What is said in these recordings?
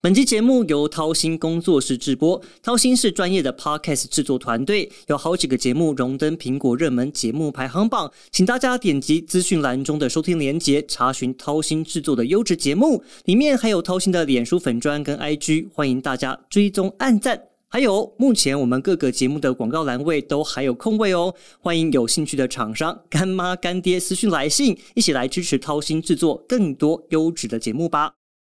本期节目由涛星工作室制播，涛星是专业的 Podcast 制作团队，有好几个节目荣登苹果热门节目排行榜，请大家点击资讯栏中的收听连结，查询涛星制作的优质节目，里面还有涛星的脸书粉专跟 IG， 欢迎大家追踪按赞。还有，目前我们各个节目的广告栏位都还有空位哦，欢迎有兴趣的厂商干妈干爹私讯来信，一起来支持涛星制作更多优质的节目吧。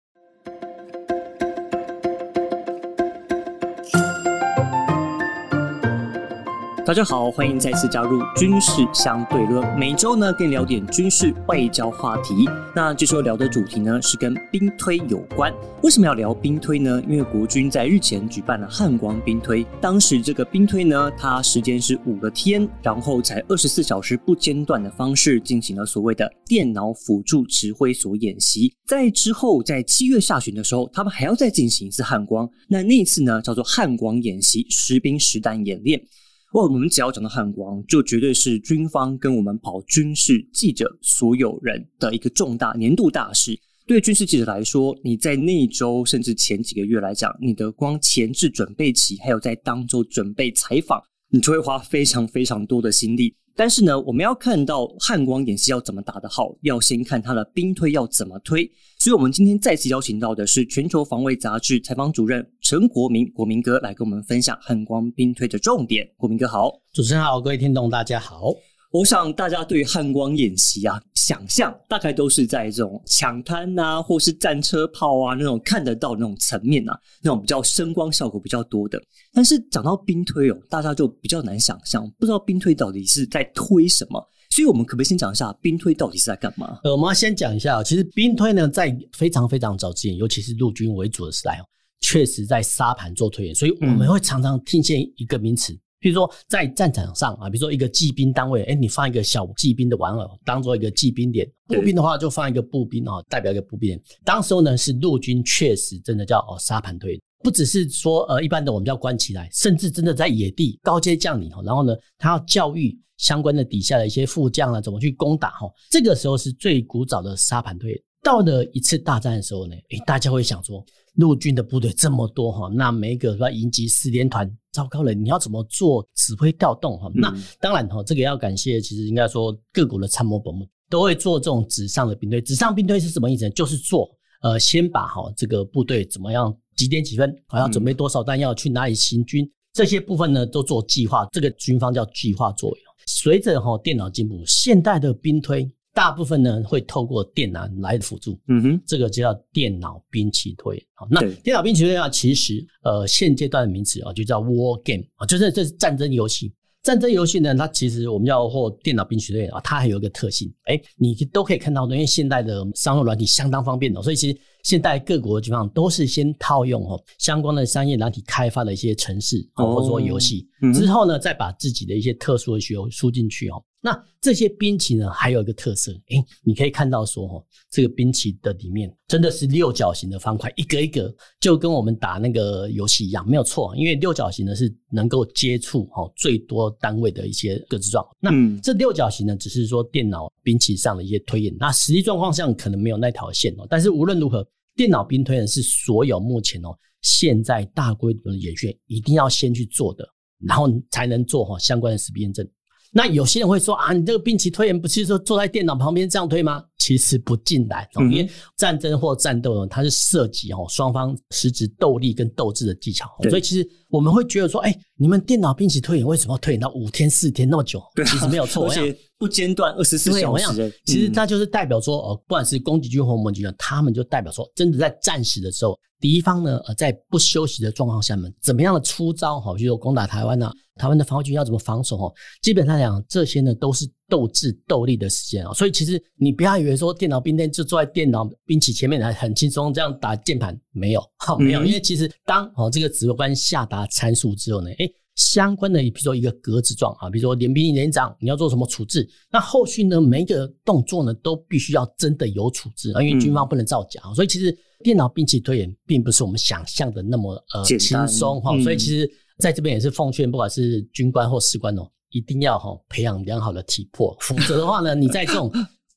大家好，欢迎再次加入军事相对论，每周呢跟你聊点军事外交话题。那这周聊的主题呢是跟兵推有关。为什么要聊兵推呢？因为国军在日前举办了汉光兵推，当时这个兵推呢，它时间是5个天，然后才24小时不间断的方式进行了所谓的电脑辅助指挥所演习。在之后，在7月下旬的时候，他们还要再进行一次汉光。那一次呢叫做汉光演习，实兵实弹演练。我们只要讲到汉光，就绝对是军方跟我们跑军事记者所有人的一个重大年度大事。对军事记者来说，你在那一周甚至前几个月来讲，你的光前置准备期，还有在当周准备采访，你就会花非常非常多的心力。但是呢，我们要看到汉光演习要怎么打得好，要先看他的兵推要怎么推。所以我们今天再次邀请到的是全球防卫杂志采访主任陈国民，国民哥来跟我们分享汉光兵推的重点。国民哥好。 主持人好，各位听众大家好。 我想大家对汉光演习啊，想象大概都是在这种抢滩啊，或是战车炮啊那种看得到的那种层面啊，那种比较声光效果比较多的。但是讲到兵推哦，大家就比较难想象，不知道兵推到底是在推什么。所以我们可不可以先讲一下兵推到底是在干嘛？ 我们要先讲一下，其实兵推呢，在非常非常早之前，尤其是陆军为主的时代，确实在沙盘做推演，所以我们会常常听见一个名词。比如说在战场上啊，比如说一个骑兵单位，你放一个小骑兵的玩偶当做一个骑兵连，步兵的话就放一个步兵代表一个步兵连。当时候呢是陆军确实真的叫沙盘推，不只是说一般的我们叫关起来，甚至真的在野地高阶将领，然后呢他要教育相关的底下的一些副将怎么去攻打，这个时候是最古早的沙盘推。到了一次大战的时候呢，大家会想说陆军的部队这么多，那每一个营级4连团，糟糕了，你要怎么做指挥调动？那当然这个要感谢，其实应该说各国的参谋本部都会做这种纸上的兵推。纸上兵推是什么意思呢？就是做先把这个部队怎么样几点几分要准备多少弹药，去哪里行军，这些部分呢都做计划，这个军方叫计划作为。随着电脑进步，现代的兵推大部分呢会透过电脑来辅助，这个就叫电脑兵棋推。那电脑兵棋推其实现阶段的名词就叫 war game， 就是这是战争游戏。战争游戏呢，它其实我们叫或电脑兵棋推它还有一个特性，你都可以看到的，因为现代的商用软体相当方便所以其实现在各国的军方都是先套用相关的商业软体开发的一些程式或者说游戏，之后呢再把自己的一些特殊的需求输进去。那这些兵棋呢还有一个特色，你可以看到说这个兵棋的里面真的是六角形的方块，一个一个就跟我们打那个游戏一样，没有错，因为六角形呢是能够接触最多单位的一些个子状。那这六角形呢只是说电脑兵棋上的一些推演，那实际状况上可能没有那条线但是无论如何，电脑兵推呢是所有目前现在大规模的演训一定要先去做的，然后才能做相关的实兵验证。那有些人会说你这个兵棋推演不是说坐在电脑旁边这样推吗？其实不尽然，因为战争或战斗它是涉及双方实质斗力跟斗智的技巧，所以其实我们会觉得说你们电脑兵棋推演为什么要推演到5天4天那么久？其实没有错， 而且不间断24小时。 其实它就是代表说不管是攻击军或盟军，他们就代表说真的在战时的时候，敌方呢在不休息的状况下面怎么样的出招，比如说攻打台湾台湾的防卫军要怎么防守，基本上讲这些呢都是斗智斗力的时间所以其实你不要以为说电脑兵推就坐在电脑兵棋前面还很轻松这样打键盘，没有没有，因为其实当这个指挥官下达参数之后呢，相关的比如说一个格子状比如说连兵连长你要做什么处置，那后续呢每一个动作呢都必须要真的有处置因为军方不能造假所以其实电脑兵棋推演并不是我们想象的那么轻松所以其实在这边也是奉劝不管是军官或士官一定要培养良好的体魄，否则的话呢你在这种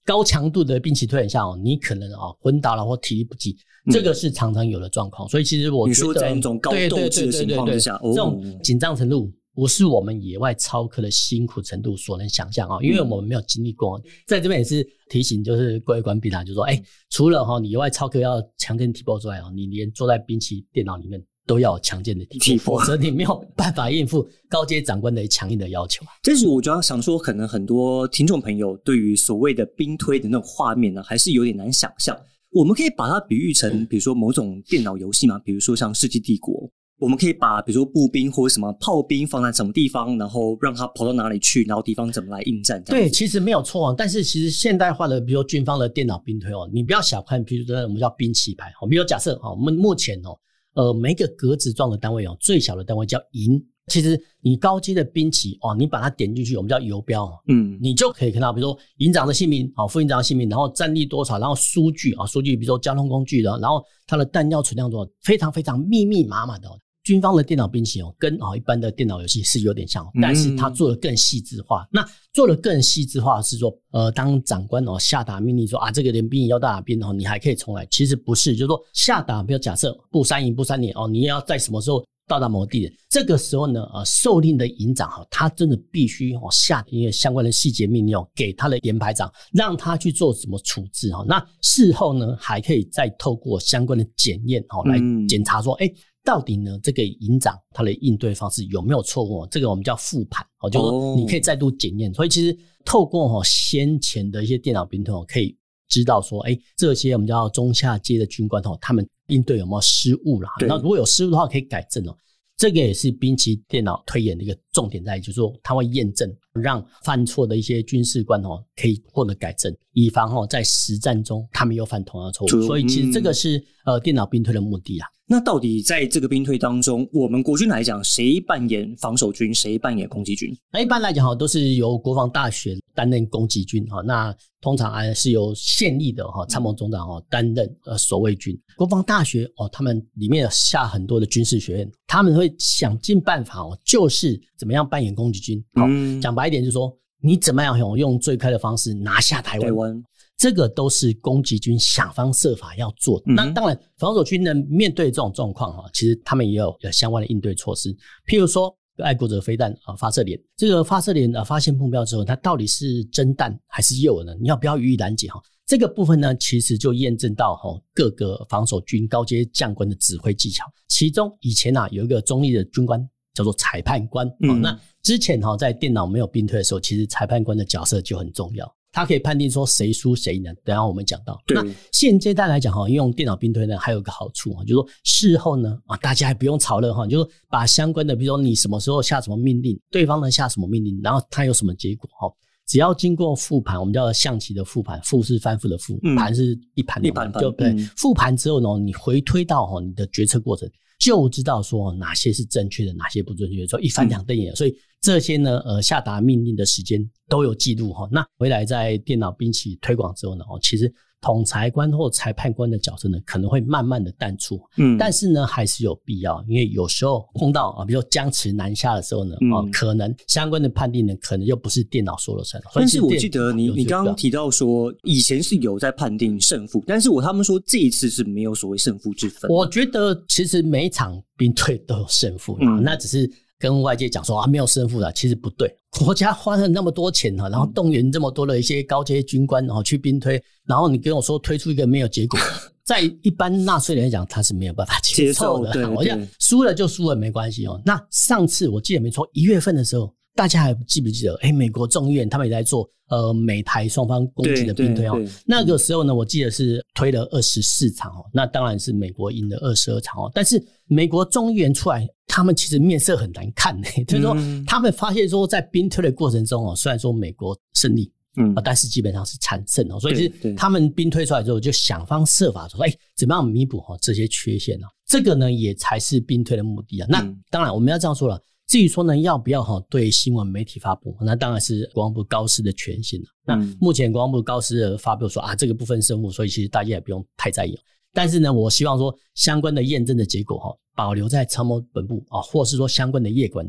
高强度的兵棋推演下你可能昏倒了或体力不济，这个是常常有的状况。所以其实我觉得， 你说在那种高斗志的情况之下， 这种紧张程度不是我们野外操课的辛苦程度所能想象因为我们没有经历过。在这边也是提醒，就是各位官兵就是说，除了你野外操课要强健体魄之外你连坐在兵棋电脑里面都要有强健的体魄，否则你没有办法应付高阶长官的强硬的要求。 但是我就要想说，可能很多听众朋友对于所谓的兵推的那种画面呢，还是有点难想象。我们可以把它比喻成，比如说某种电脑游戏嘛，比如说像《世纪帝国》，我们可以把比如说步兵或者什么炮兵放在什么地方，然后让它跑到哪里去，然后敌方怎么来应战。 对，其实没有错但是其实现代化的，比如说军方的电脑兵推你不要小看，比如说我们叫兵棋牌比如假设我们目前每一个格子状的单位最小的单位叫营。其实你高阶的兵棋你把它点进去，我们叫游标你就可以看到，比如说营长的姓名副营长的姓名，然后战力多少，然后数据比如说交通工具的，然后它的弹药存量多少，非常非常密密麻麻的军方的电脑兵棋跟一般的电脑游戏是有点像但是它做得更细致化。那做得更细致化是说当长官下达命令说这个连兵营要到哪边你还可以重来，其实不是，就是说下达，比如假设步3营步3连你也要在什么时候到达某个地点，这个时候呢受令的营长他真的必须下一些相关的细节命令给他的连排长，让他去做什么处置那事后呢还可以再透过相关的检验来检查说到底呢这个营长他的应对方式有没有错误，这个我们叫复盘就是说你可以再度检验。所以其实透过先前的一些电脑兵推可以知道说这些我们叫中下阶的军官他们应对有没有失误啦，那如果有失误的话可以改正这个也是兵棋电脑推演的一个重点在于，就是说它会验证让犯错的一些军事官可以获得改正，以防在实战中他们又犯同样的错误。所以其实这个是电脑兵推的目的啦。 那到底在这个兵推当中，我们国军来讲，谁扮演防守军，谁扮演攻击军？ 那一般来讲都是由国防大学担任攻击军那通常是由现役的参谋总长担任守卫军。国防大学他们里面下很多的军事学院，他们会想尽办法就是怎么样扮演攻击军。讲白一点就是说，你怎么样用最快的方式拿下台湾，这个都是攻击军想方设法要做的。那当然防守军呢面对这种状况其实他们也有相关的应对措施。譬如说爱国者飞弹发射连，这个发射连发现目标之后，它到底是真弹还是诱饵呢？你要不要予以拦截这个部分呢其实就验证到各个防守军高阶将官的指挥技巧。其中以前有一个中立的军官叫做裁判官那之前在电脑没有兵推的时候，其实裁判官的角色就很重要，他可以判定说谁输谁赢，等一下我们讲到。那现阶段来讲用电脑兵推呢还有一个好处就是说事后呢大家还不用吵了就是把相关的比如说你什么时候下什么命令，对方呢下什么命令，然后他有什么结果只要经过复盘，我们叫象棋的复盘，复是翻覆的复，盘是一盘的盘，就对。复盘之后呢，你回推到你的决策过程，就知道说哪些是正确的，哪些不正确的，所以一翻两瞪眼。所以这些呢下达命令的时间都有记录那回来在电脑兵棋推广之后呢其实统裁官或裁判官的角色呢可能会慢慢的淡出但是呢还是有必要，因为有时候碰到比如说僵持难下的时候呢可能相关的判定呢可能又不是电脑说了算。 但是我记得你刚刚提到说以前是有在判定胜负，但是他们说这一次是没有所谓胜负之分。 我觉得其实每一场兵推都有胜负那只是跟外界讲说没有胜负的，其实不对。国家花了那么多钱然后动员这么多的一些高阶军官去兵推，然后你跟我说推出一个没有结果在一般纳税人来讲他是没有办法接受的。我想输了就输了没关系那上次我记得没错1月份的时候，大家还记不记得美国众议院他们也在做美台双方攻击的兵推那个时候呢我记得是推了24场那当然是美国赢了22场但是美国众议员出来他们其实面色很难看就是说他们发现说在兵推的过程中虽然说美国胜利但是基本上是惨胜所以是他们兵推出来之后就想方设法说怎么样弥补这些缺陷这个呢也才是兵推的目的那当然我们要这样说了，至于说呢要不要对新闻媒体发布，那当然是国防部高司的权限那目前国防部高司的发布说这个部分胜负，所以其实大家也不用太在意但是呢我希望说相关的验证的结果保留在参谋本部或是说相关的业管单位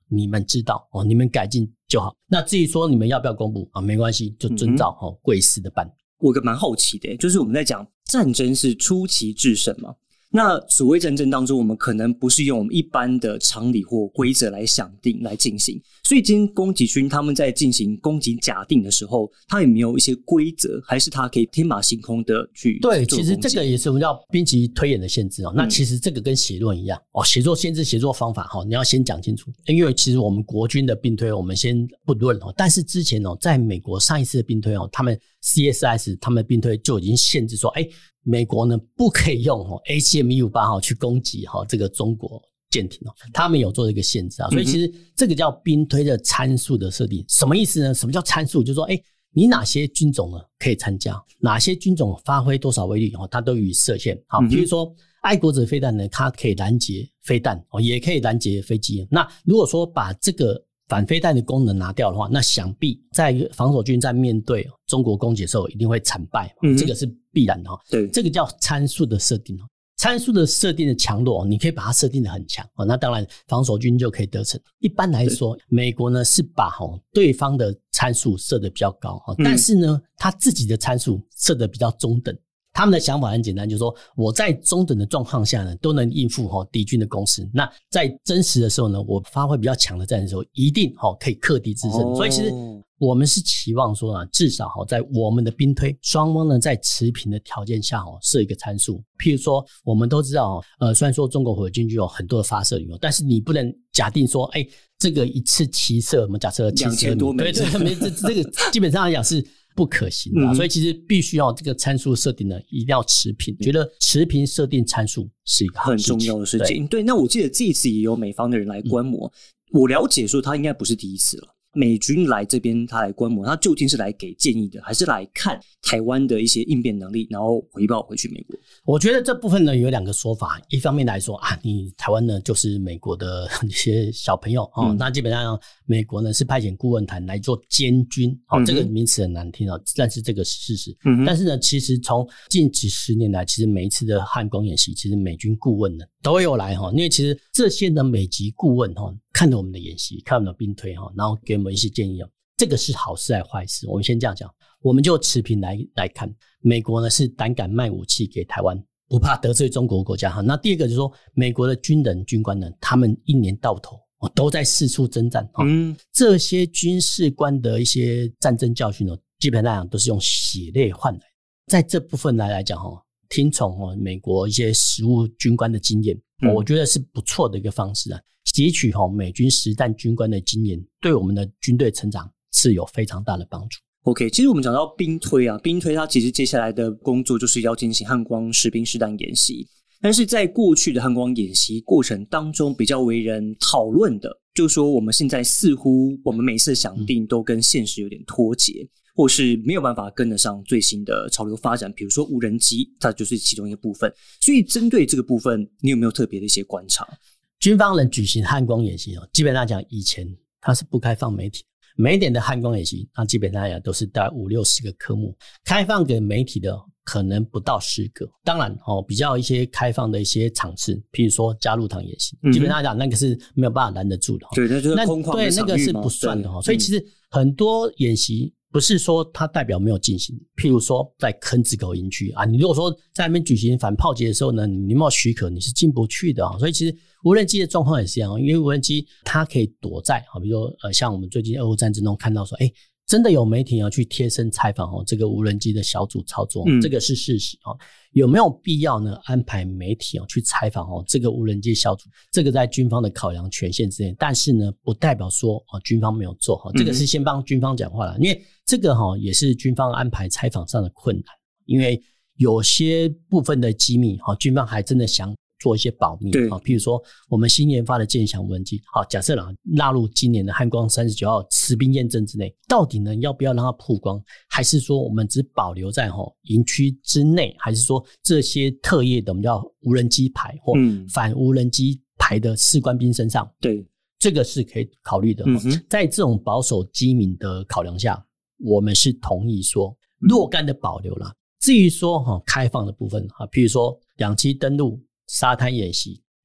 你们知道你们改进就好。那至于说你们要不要公布没关系，就遵照贵司的办。 我蛮好奇的，就是我们在讲战争是出奇制胜嘛，那所谓战争当中，我们可能不是用我们一般的常理或规则来想定来进行，所以今天攻击军他们在进行攻击假定的时候，他有没有一些规则，还是他可以天马行空的去做攻击？ 对，其实这个也是我们叫兵棋推演的限制那其实这个跟写论一样写作限制、写作方法你要先讲清楚。因为其实我们国军的兵推我们先不论但是之前在美国上一次的兵推他们 CSIS 他们的兵推就已经限制说美国呢不可以用AGM-158去攻击这个中国舰艇他们有做一个限制所以其实这个叫兵推的参数的设定。什么意思呢？什么叫参数？就是说你哪些军种呢可以参加，哪些军种发挥多少威力它都予以设限。比如说爱国者飞弹呢，它可以拦截飞弹也可以拦截飞机。那如果说把这个反飞弹的功能拿掉的话，那想必在防守军在面对中国攻击的时候一定会惨败这个是必然的对， 这个叫参数的设定参数的设定的强弱你可以把它设定的很强那当然防守军就可以得逞。一般来说美国呢是把对方的参数设得比较高但是呢他自己的参数设得比较中等。他们的想法很简单，就是说我在中等的状况下呢都能应付敌军的攻势，那在真实的时候呢我发挥比较强的战争的时候一定可以克敌制胜所以其实我们是期望说至少在我们的兵推双方呢在持平的条件下设一个参数。譬如说我们都知道虽然说中国火箭军有很多的发射率但是你不能假定说这个一次齐射我们假设 2000多枚， 对这个基本上来讲是不可行的所以其实必须要这个参数设定呢一定要持平。觉得持平设定参数是一个很重要的事情。对，那我记得这一次也有美方的人来观摩我了解说他应该不是第一次了。美军来这边他来观摩，他究竟是来给建议的，还是来看台湾的一些应变能力，然后回报回去美国？ 我觉得这部分呢有两个说法。一方面来说你台湾呢就是美国的一些小朋友那基本上美国呢是派遣顾问团来做监军这个名词很难听但是这个是事实但是呢其实从近几十年来，其实每一次的汉光演习其实美军顾问呢都有来因为其实这些的美籍顾问看了我们的演习，看我们的兵推然后给我们一些建议这个是好事还是坏事？我们先这样讲。我们就持平来看，美国呢是胆敢卖武器给台湾，不怕得罪中国国家那第二个就是说美国的军人军官呢他们一年到头都在四处征战这些军事官的一些战争教训基本上都是用血泪换来。在这部分来讲听从美国一些实务军官的经验我觉得是不错的一个方式汲取美军实战军官的经验，对我们的军队成长是有非常大的帮助。 OK， 其实我们讲到兵推兵推它其实接下来的工作就是要进行汉光实兵实弹演习。但是在过去的汉光演习过程当中，比较为人讨论的就是说我们现在似乎我们每次想定都跟现实有点脱节或是没有办法跟得上最新的潮流发展，比如说无人机它就是其中一个部分。所以针对这个部分你有没有特别的一些观察？ 军方人举行汉光演习基本上讲以前它是不开放媒体，每一年的汉光演习它基本上都是大概50-60个科目，开放给媒体的可能不到10个。当然比较一些开放的一些场次，譬如说加入堂演习基本上讲那个是没有办法拦得住的对，那就是空旷的场域嘛，对， 那个是不算的所以其实很多演习不是说它代表没有进行，譬如说在坑子口营区你如果说在那边举行反炮击的时候呢，你没有许可你是进不去的所以其实无人机的状况也是一样，因为无人机它可以躲在比如说像我们最近俄乌战争中看到说真的有媒体要去贴身采访这个无人机的小组操作这个是事实有没有必要呢安排媒体去采访这个无人机小组，这个在军方的考量权限之内，但是呢不代表说军方没有做这个是先帮军方讲话了因为这个也是军方安排采访上的困难，因为有些部分的机密军方还真的想做一些保密譬如说我们新研发的剑翔无人机假设纳入今年的汉光39号实兵验证之内，到底呢要不要让它曝光，还是说我们只保留在营区之内，还是说这些特业的我们叫无人机牌或反无人机牌的士官兵身上对， 这个是可以考虑的在这种保守机敏的考量下，我们是同意说若干的保留啦至于说开放的部分譬如说两栖登陆沙滩演习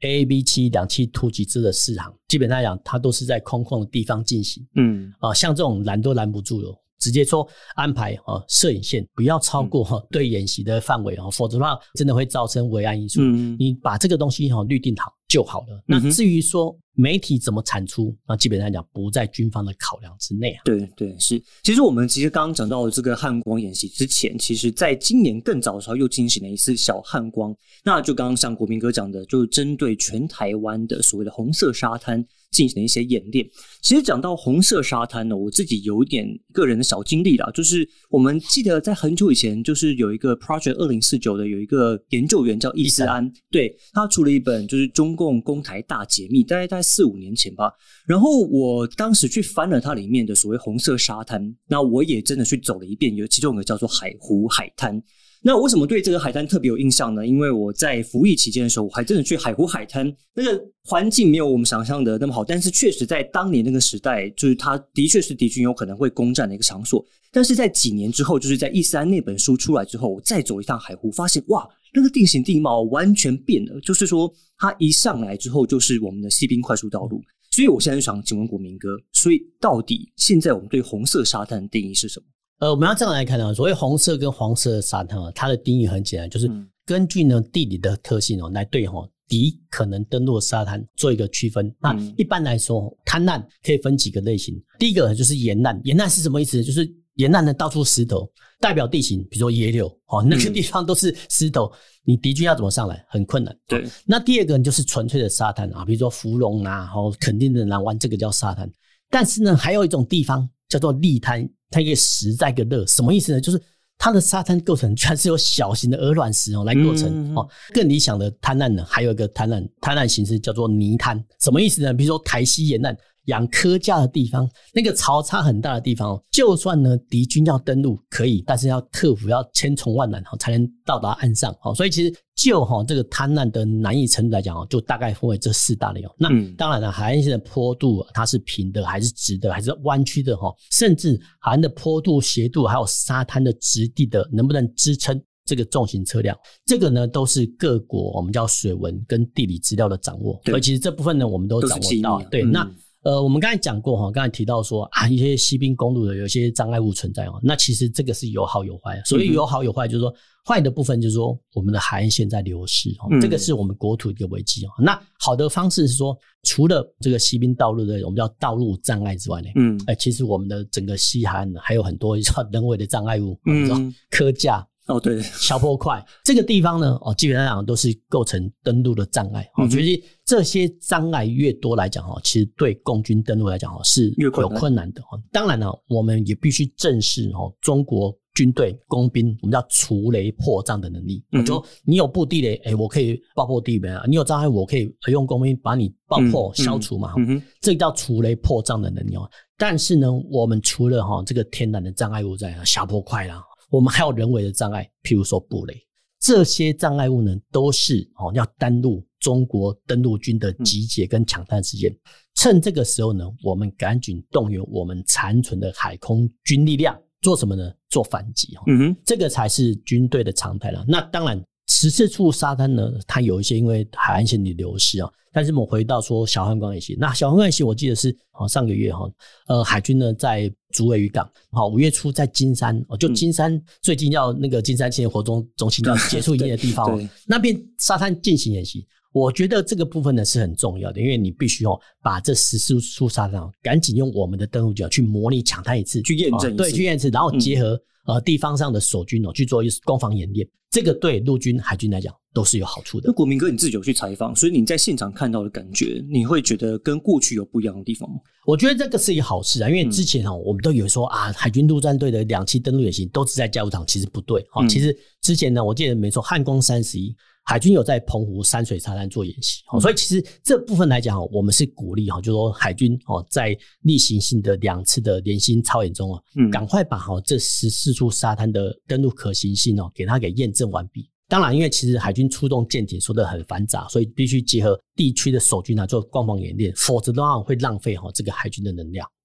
AAB7 两栖突击之的试航，基本上来讲它都是在空旷的地方进行。像这种拦都拦不住了，直接说安排摄影线不要超过对演习的范围，否则的话真的会造成危案因素。你把这个东西预定好就好了。那至于说媒体怎么产出，那基本上讲不在军方的考量之内。 对对是。其实我们刚刚讲到的这个汉光演习之前，其实在今年更早的时候又进行了一次小汉光，那就刚刚像国民哥讲的，就针对全台湾的所谓的红色沙滩进行了一些演练。其实讲到红色沙滩呢，我自己有一点个人的小经历啦，就是我们记得在很久以前，就是有一个 Project 2049的有一个研究员叫易思安，对，他出了一本就是中共攻台大解密，大概4-5年前吧。然后我当时去翻了它里面的所谓红色沙滩，那我也真的去走了一遍，有其中一个叫做海湖海滩。那为什么对这个海滩特别有印象呢？因为我在服役期间的时候，我还真的去海湖海滩，那个环境没有我们想象的那么好，但是确实在当年那个时代，就是它的确是敌军有可能会攻占的一个场所。但是在几年之后，就是在易思安那本书出来之后，我再走一趟海湖，发现哇，那个地形地貌完全变了，就是说它一上来之后就是我们的西滨快速道路。所以我现在就想请问国民哥，所以到底现在我们对红色沙滩的定义是什么？ 我们要这样来看啊，所谓红色跟黄色的沙滩它的定义很简单，就是根据呢地理的特性来对敌可能登陆的沙滩做一个区分。那一般来说，滩难可以分几个类型。第一个就是沿岸，沿岸是什么意思？就是沿岸的到处石头，代表地形，比如说野柳那个地方都是石头，你敌军要怎么上来很困难。 对。 那第二个就是纯粹的沙滩比如说福隆垦丁的南湾，这个叫沙滩。但是呢，还有一种地方叫做砾滩，它一个石在一个勒，什么意思呢？就是它的沙滩构成居然是由小型的鹅卵石来构成。更理想的滩岸呢，还有一个滩岸形式叫做泥滩，什么意思呢？比如说台西沿岸养科架的地方，那个潮差很大的地方，就算呢敌军要登陆可以，但是要克服要千重万难才能到达岸上。所以其实就这个滩岸的难易程度来讲，就大概分为这4大类。那当然了，海岸线的坡度它是平的还是直的还是弯曲的，甚至海岸的坡度斜度还有沙滩的质地的能不能支撑这个重型车辆，这个呢都是各国我们叫水文跟地理资料的掌握，所以其实这部分呢我们都掌握到。对，那我们刚才讲过刚才提到说一些西滨公路的有些障碍物存在那其实这个是有好有坏。所以有好有坏，就是说坏的部分就是说我们的海岸线在流失这个是我们国土一个危机那好的方式是说，除了这个西滨道路的我们叫道路障碍之外呢其实我们的整个西海岸还有很多人为的障碍物，比如说科架对， 消波块这个地方呢基本上都是构成登陆的障碍所以这些障碍越多来讲其实对共军登陆来讲是有困难的当然我们也必须正视中国军队工兵我们叫除雷破障的能力就你有布地雷我可以爆破地雷你有障碍我可以用工兵把你爆破消除嘛这个叫除雷破障的能力但是呢我们除了这个天然的障碍物在消波块啦，我们还有人为的障碍，譬如说布雷，这些障碍物呢，都是要耽误中国登陆军的集结跟抢滩时间。趁这个时候呢，我们赶紧动员我们残存的海空军力量，做什么呢？做反击。这个才是军队的常态了。那当然，14处沙滩呢，它有一些因为海岸线的流失但是我们回到说小汉光演习，那小汉光演习我记得是上个月海军呢在竹围渔港5月初在金山就金山最近要那个金山青年活动中心要结束营业的地方那边沙滩进行演习。我觉得这个部分呢是很重要的，因为你必须把这14处沙滩赶紧用我们的登陆舰去模拟抢滩一次， 去验证一次， 对，去验证，然后结合地方上的守军去做一次攻防演练，这个对陆军海军来讲都是有好处的。 那国民哥你自己有去采访，所以你在现场看到的感觉，你会觉得跟过去有不一样的地方吗？ 我觉得这个是一个好事因为之前我们都以为说海军陆战队的2栖登陆演习都是在加油场，其实不对其实之前呢，我记得没错，汉光31海军有在澎湖山水沙滩做演习所以其实这部分来讲我们是鼓励就是说海军在例行性的2次的联新操演中赶快把这14处沙滩的登陆可行性给它给验证完毕。当然因为其实海军出动舰艇说的很繁杂，所以必须结合地区的守军做攻防演练，否则的话会浪费这个海军的能量。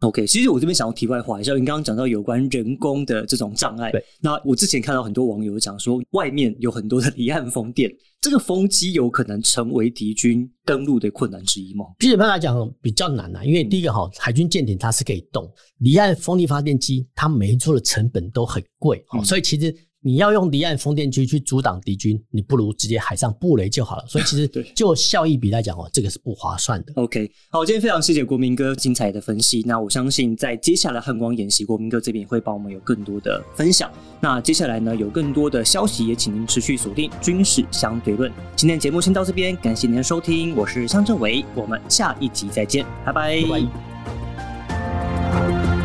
OK， 其实我这边想要题外话一下，你刚刚讲到有关人工的这种障碍， 对， 那我之前看到很多网友讲说，外面有很多的离岸风电，这个风机有可能成为敌军登陆的困难之一吗？ 基本上来讲比较难因为第一个海军舰艇它是可以动，离岸风力发电机它每一座的成本都很贵，所以其实你要用离岸风电机去阻挡敌军，你不如直接海上布雷就好了。所以其实就效益比来讲这个是不划算的。 OK， 好，今天非常谢谢国民哥精彩的分析。那我相信在接下来汉光演习，国民哥这边也会帮我们有更多的分享。那接下来呢，有更多的消息，也请您持续锁定军事相对论。今天节目先到这边，感谢您的收听，我是向正伟，我们下一集再见，拜拜。 拜拜。